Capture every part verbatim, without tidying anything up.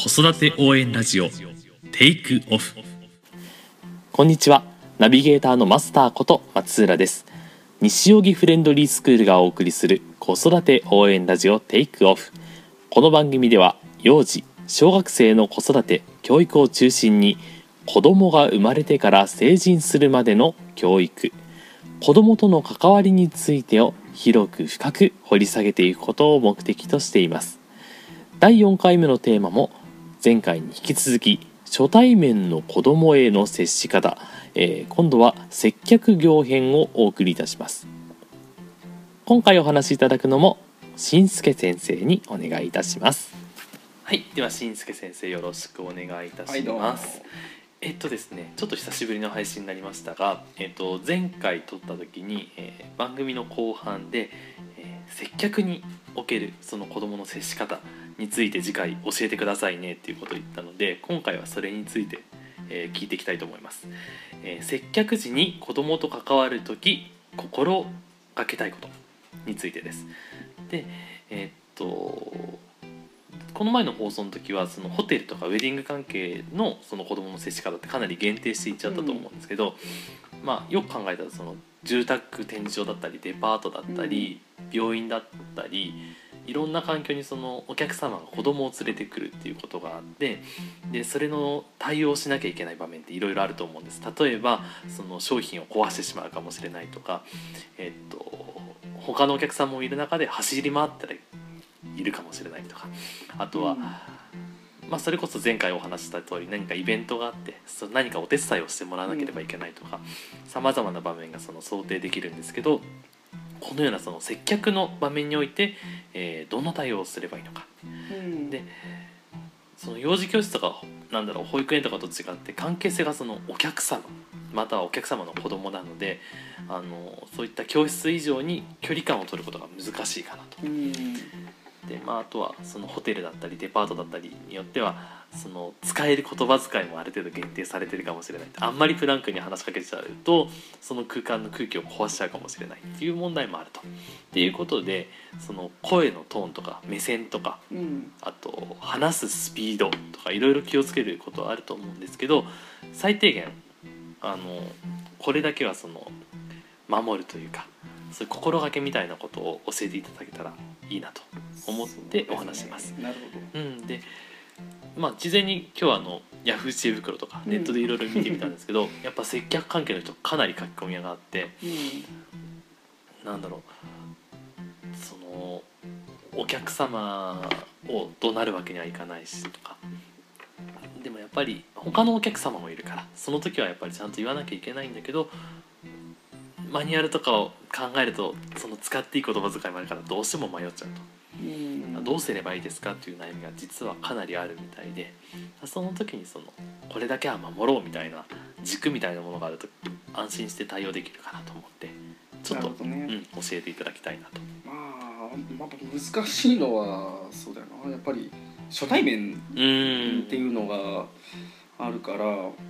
子育て応援ラジオテイクオフ。 こんにちは。ナビゲーターのマスターこと松浦です。西荻フレンドリースクールがお送りする子育て応援ラジオテイクオフ。この番組では幼児小学生の子育て教育を中心に、子どもが生まれてから成人するまでの教育、子どもとの関わりについてを広く深く掘り下げていくことを目的としています。だいよんかいめのテーマも前回に引き続き、初対面の子どもへの接し方、えー、今度は接客業編をお送りいたします。今回お話しいただくのもしんすけ先生にお願いいたします。はい、ではしんすけ先生、よろしくお願いいたします。はい、えっとですね、ちょっと久しぶりの配信になりましたが、えっと、前回撮った時に、えー、番組の後半で、えー、接客におけるその子どもの接し方について次回教えてくださいねっていうことを言ったので、今回はそれについて、えー、聞いていきたいと思います。えー、接客時に子どもと関わるとき心がけたいことについてです。で、えー、っとこの前の放送の時はそのホテルとかウェディング関係のその子どもの接し方ってかなり限定していっちゃったと思うんですけど、うん、まあよく考えたらその住宅展示場だったりデパートだったり、うん、病院だったりいろんな環境にそのお客様が子供を連れてくるっていうことがあって、でそれの対応をしなきゃいけない場面っていろいろあると思うんです。例えばその商品を壊してしまうかもしれないとか、えっと他のお客さんもいる中で走り回ったらいるかもしれないとか、あとは、うんまあ、それこそ前回お話しした通り何かイベントがあってそ何かお手伝いをしてもらわなければいけないとか、さまざまな場面がその想定できるんですけど、このようなその接客の場面において、えー、どんな対応をすればいいのか、うん、でその幼児教室とかなんだろう保育園とかと違って関係性がそのお客様またはお客様の子供なので、あのそういった教室以上に距離感を取ることが難しいかなと、うんでまあ、あとはそのホテルだったりデパートだったりによってはその使える言葉遣いもある程度限定されてるかもしれない。あんまりフランクに話しかけちゃうとその空間の空気を壊しちゃうかもしれないっていう問題もあると。っていうことでその声のトーンとか目線とか、うん、あと話すスピードとかいろいろ気をつけることはあると思うんですけど、最低限あのこれだけはその守るというかそういう心がけみたいなことを教えていただけたらいいなと思ってお話します。 なるほど。 うん、で、まあ事前に今日はあのヤフー知恵袋とかネットでいろいろ見てみたんですけど、うん、やっぱ接客関係の人かなり書き込みがあって、うん、なんだろうそのお客様を怒鳴るわけにはいかないしとか。でもやっぱり他のお客様もいるからその時はやっぱりちゃんと言わなきゃいけないんだけど、マニュアルとかを考えるとその使っていい言葉遣いもあるからどうしても迷っちゃうと、うん、どうすればいいですかっていう悩みが実はかなりあるみたいで、その時にそのこれだけは守ろうみたいな軸みたいなものがあると安心して対応できるかなと思ってちょっと、ねうん、教えていただきたいなと。 まあ、まあ、難しいのはそうだよな、やっぱり初対面っていうのがあるから、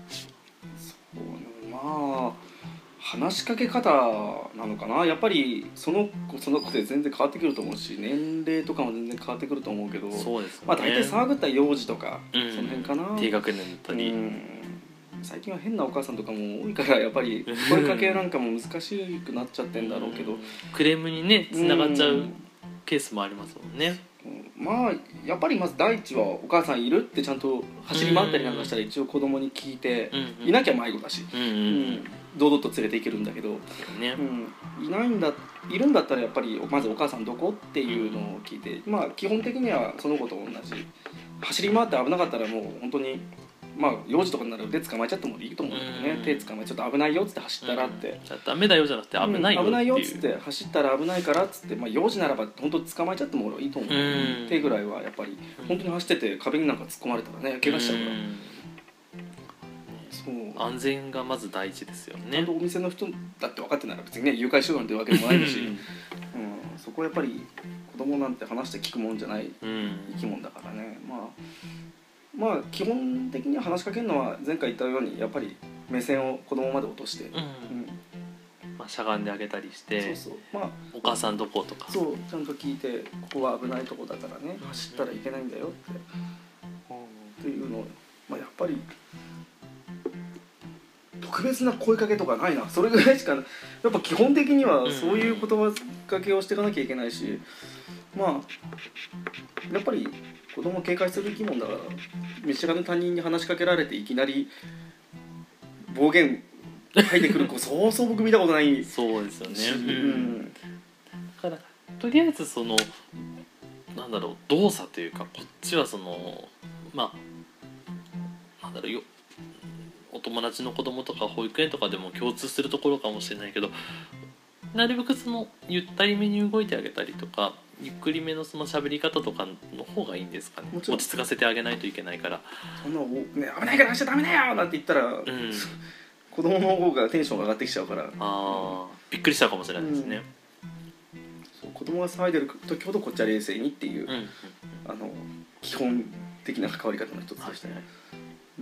そうまあ話しかけ方なのかな。やっぱりその子その子で全然変わってくると思うし、年齢とかも全然変わってくると思うけど、 そうですよね、 まあ大体騒ぐった幼児とか、うん、その辺かな。 低学年だったり、うん、 最近は変なお母さんとかも多いからやっぱり声かけなんかも難しくなっちゃってんだろうけど、うん、 クレームにねつながっちゃうケースもありますもんね。 まあやっぱりまず第一はお母さんいるってちゃんと走り回ったりなんかしたら一応子供に聞いて、いなきゃ迷子だし、うんうん、堂々と連れて行けるんだけど、ねうん、いないんだいるんだったらやっぱりまずお母さんどこっていうのを聞いて、まあ基本的にはその子と同じ走り回って危なかったらもう本当にまあ幼児とかになら腕捕まえちゃってもいいと思うんだけどね、手捕まえちょっと危ないよっつって走ったらって、うん、 ダメだよじゃなくて危ないよっていう、 うん、危ないよっつって走ったら危ないからっつって、まあ、幼児ならば本当捕まえちゃってもいいと思う、うん、手ぐらいはやっぱり本当に走ってて壁になんか突っ込まれたらね怪我しちゃうから、うん、 そう安全がまず第一ですよね。 ちゃんとお店の人だって分かってなら別にね誘拐しようなんてわけでもないし、うん、そこはやっぱり子供なんて話して聞くもんじゃない生き物だからね、まあまあ基本的には話しかけるのは前回言ったようにやっぱり目線を子供まで落として、うんうんまあ、しゃがんであげたりしてそうそう、まあ、 お母さんどことかそうちゃんと聞いてここは危ないとこだからね走ったらいけないんだよって、 ぱり特別な声かけとかないな、それぐらいしか。やっぱ基本的にはそういう言葉かけをしていかなきゃいけないし、まあやっぱり子供を警戒する生き物だから、見知らぬ他人に話しかけられていきなり暴言吐いてくる子そうそう僕見たことないそうですよね、 うん、 だからとりあえずそのなんだろう動作というか、こっちはそのまあなんだろうよ、お友達の子供とか保育園とかでも共通するところかもしれないけど、なるべくそのゆったりめに動いてあげたりとか、ゆっくりめのその喋り方とかの方がいいんですかね。落ち着かせてあげないといけないから。 そんな、ね、危ないからしちゃダメだよなんて言ったら、うん、子供の方がテンションが上がってきちゃうから、 あびっくりしちゃうかもしれないですね、 うん、そう子供が騒いでる時ほどこっちは冷静にっていう、うんうん、あの基本的な関わり方の一つでしたね、はいうん、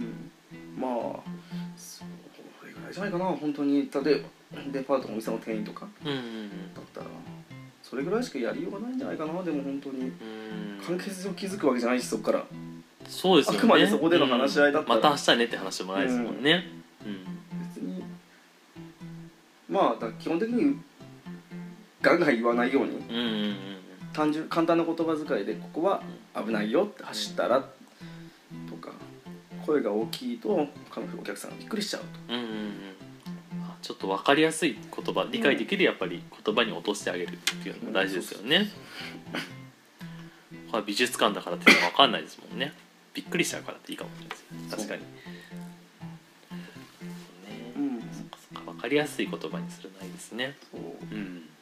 まあそれぐらいじゃないかな。本当に例えばデパートのお店の店員とかだったら、それぐらいしかやりようがないんじゃないかな。でも本当に関係性を築くわけじゃないし、そこからそうですよね、 あくまでそこでの話し合いだったら、 うん、また明日ねって話もないですもんね、うんうん、 別にまあだ基本的にガンガン言わないように、うんうんうん、単純簡単な言葉遣いでここは危ないよって走ったらとか、声が大きいと他のお客さんがびっくりしちゃうと、うんうんうん、 ちょっと分かりやすい言葉、理解できるやっぱり言葉に落としてあげるっていうのが大事ですよね、うん、これは美術館だからっていうのは分かんないですもんね。びっくりしちゃうからっていいかもしれないです。確かに、ね、うん、そっかそっか分かりやすい言葉にするのはいいですね。そう、うん、なる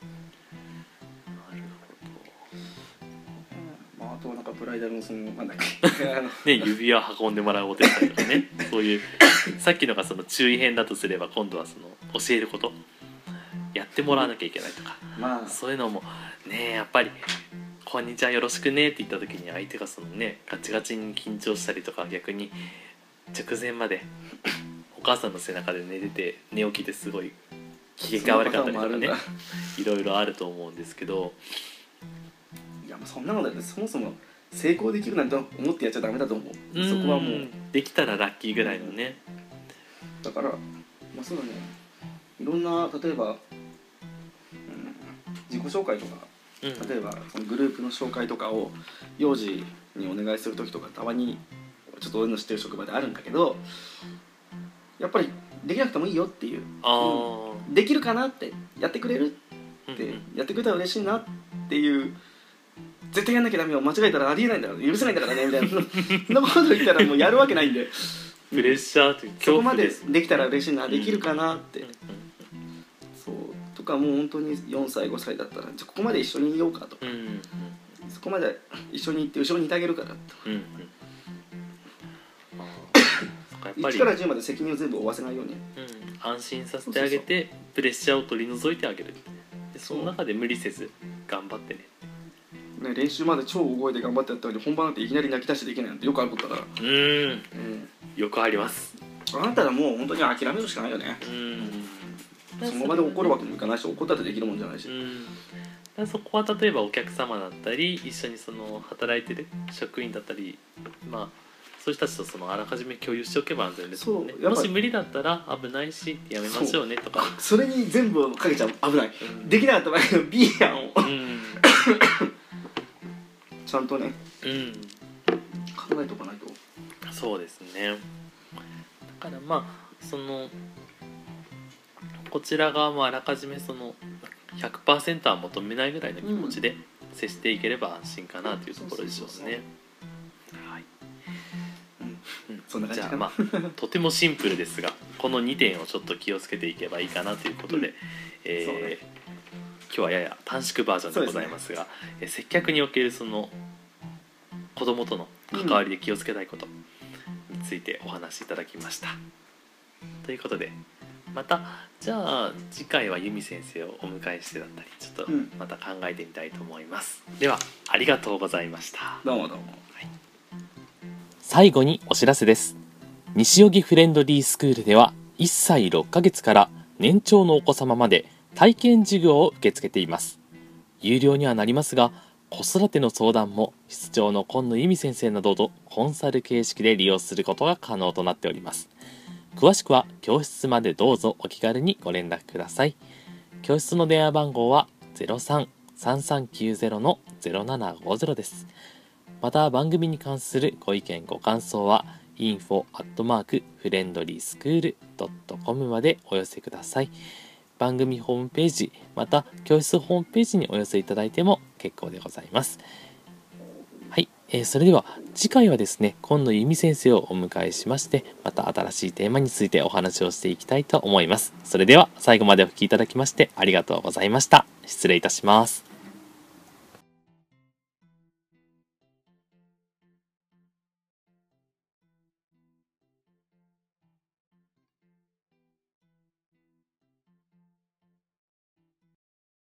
ほど、うん、まあ、あとはなんかブライダルのそのなんだっけね、指輪運んでもらうお手伝いとかねそういうさっきのがその注意編だとすれば、今度はその教えることやってもらわなきゃいけないとか、まあ、そういうのもねやっぱりこんにちはよろしくねって言った時に相手がそのねガチガチに緊張したりとか、逆に直前までお母さんの背中で寝てて寝起きですごい機嫌が悪かったりとかねいろいろあると思うんですけど、 いやもうそんなのだってそもそも成功できるなんて思ってやっちゃダメだと思う。うそこはもうできたらラッキーぐらいのね。 だからまあそうだね、いろんな例えば、うん、自己紹介とか、例えばそのグループの紹介とかを幼児にお願いする時とかたまにちょっと俺の知ってる職場であるんだけど、やっぱりできなくてもいいよっていう、あ、うん、できるかなってやってくれるって、うんうん、やってくれたら嬉しいなっていう、絶対やんなきゃダメよ、間違えたらありえないんだから許せないんだからねみたいなそんなこと言ったらもうやるわけないんでプレッシャーというそこまでできたら嬉しいな、できるかなって、うんうん、そうとか、もう本当によんさいごさいだったらじゃあここまで一緒にいようかとか、うんうん、そこまで一緒に行って後ろにいてあげるからとか、うんうん、いちからじゅうまで責任を全部負わせないように、うん、 安心させてあげて、そうそうそう、プレッシャーを取り除いてあげる。でその中で無理せず頑張ってねね、練習まで超大声で頑張ってやったのに本番なんていきなり泣き出してできないなんてよくあることだから、うん、 うん、よくあります。 あなたらもう本当に諦めるしかないよね。うん、その場で怒るわけにもいかないし、怒ったってできるもんじゃないし、うん、 だそこは例えばお客様だったり一緒にその働いてる職員だったり、まあそういう人たちとそのあらかじめ共有しておけば安全ですもんね。もし無理だったら危ないしやめましょうねとか、 そ, それに全部かけちゃう危ない、うん、できなかった場合の B 案を、うん、ちゃんとね、うん、考えておかないと。 そうですね。だからまあそのこちら側もあらかじめその ひゃくパーセント は求めないぐらいの気持ちで接していければ安心かなというところでしょうね。じゃあまあとてもシンプルですがこのにてんをちょっと気をつけていけばいいかなということで、うんえーね、今日はやや短縮バージョンでございますが、す、ね、接客におけるその子どもとの関わりで気をつけたいことについてお話しいただきました、うん、ということでまたじゃあ次回は由美先生をお迎えしてだったりちょっとまた考えてみたいと思います、うん、ではありがとうございました。 どうもどうも、はい。 最後にお知らせです。西荻フレンドリースクールではいっさいろっかげつから年長のお子様まで体験授業を受け付けています。有料にはなりますが子育ての相談も室長の今野由美先生などとコンサル形式で利用することが可能となっております。詳しくは教室までどうぞお気軽にご連絡ください。教室の電話番号は ゼロさん さんさんきゅうゼロ の ゼロななごゼロ です。また番組に関するご意見ご感想は インフォ アットマーク フレンドリースクール ドットコム までお寄せください。番組ホームページまた教室ホームページにお寄せいただいても結構でございます。はい、えー、それでは次回はですね、今野由美先生をお迎えしまして、また新しいテーマについてお話をしていきたいと思います。それでは最後までお聞きいただきましてありがとうございました。失礼いたします。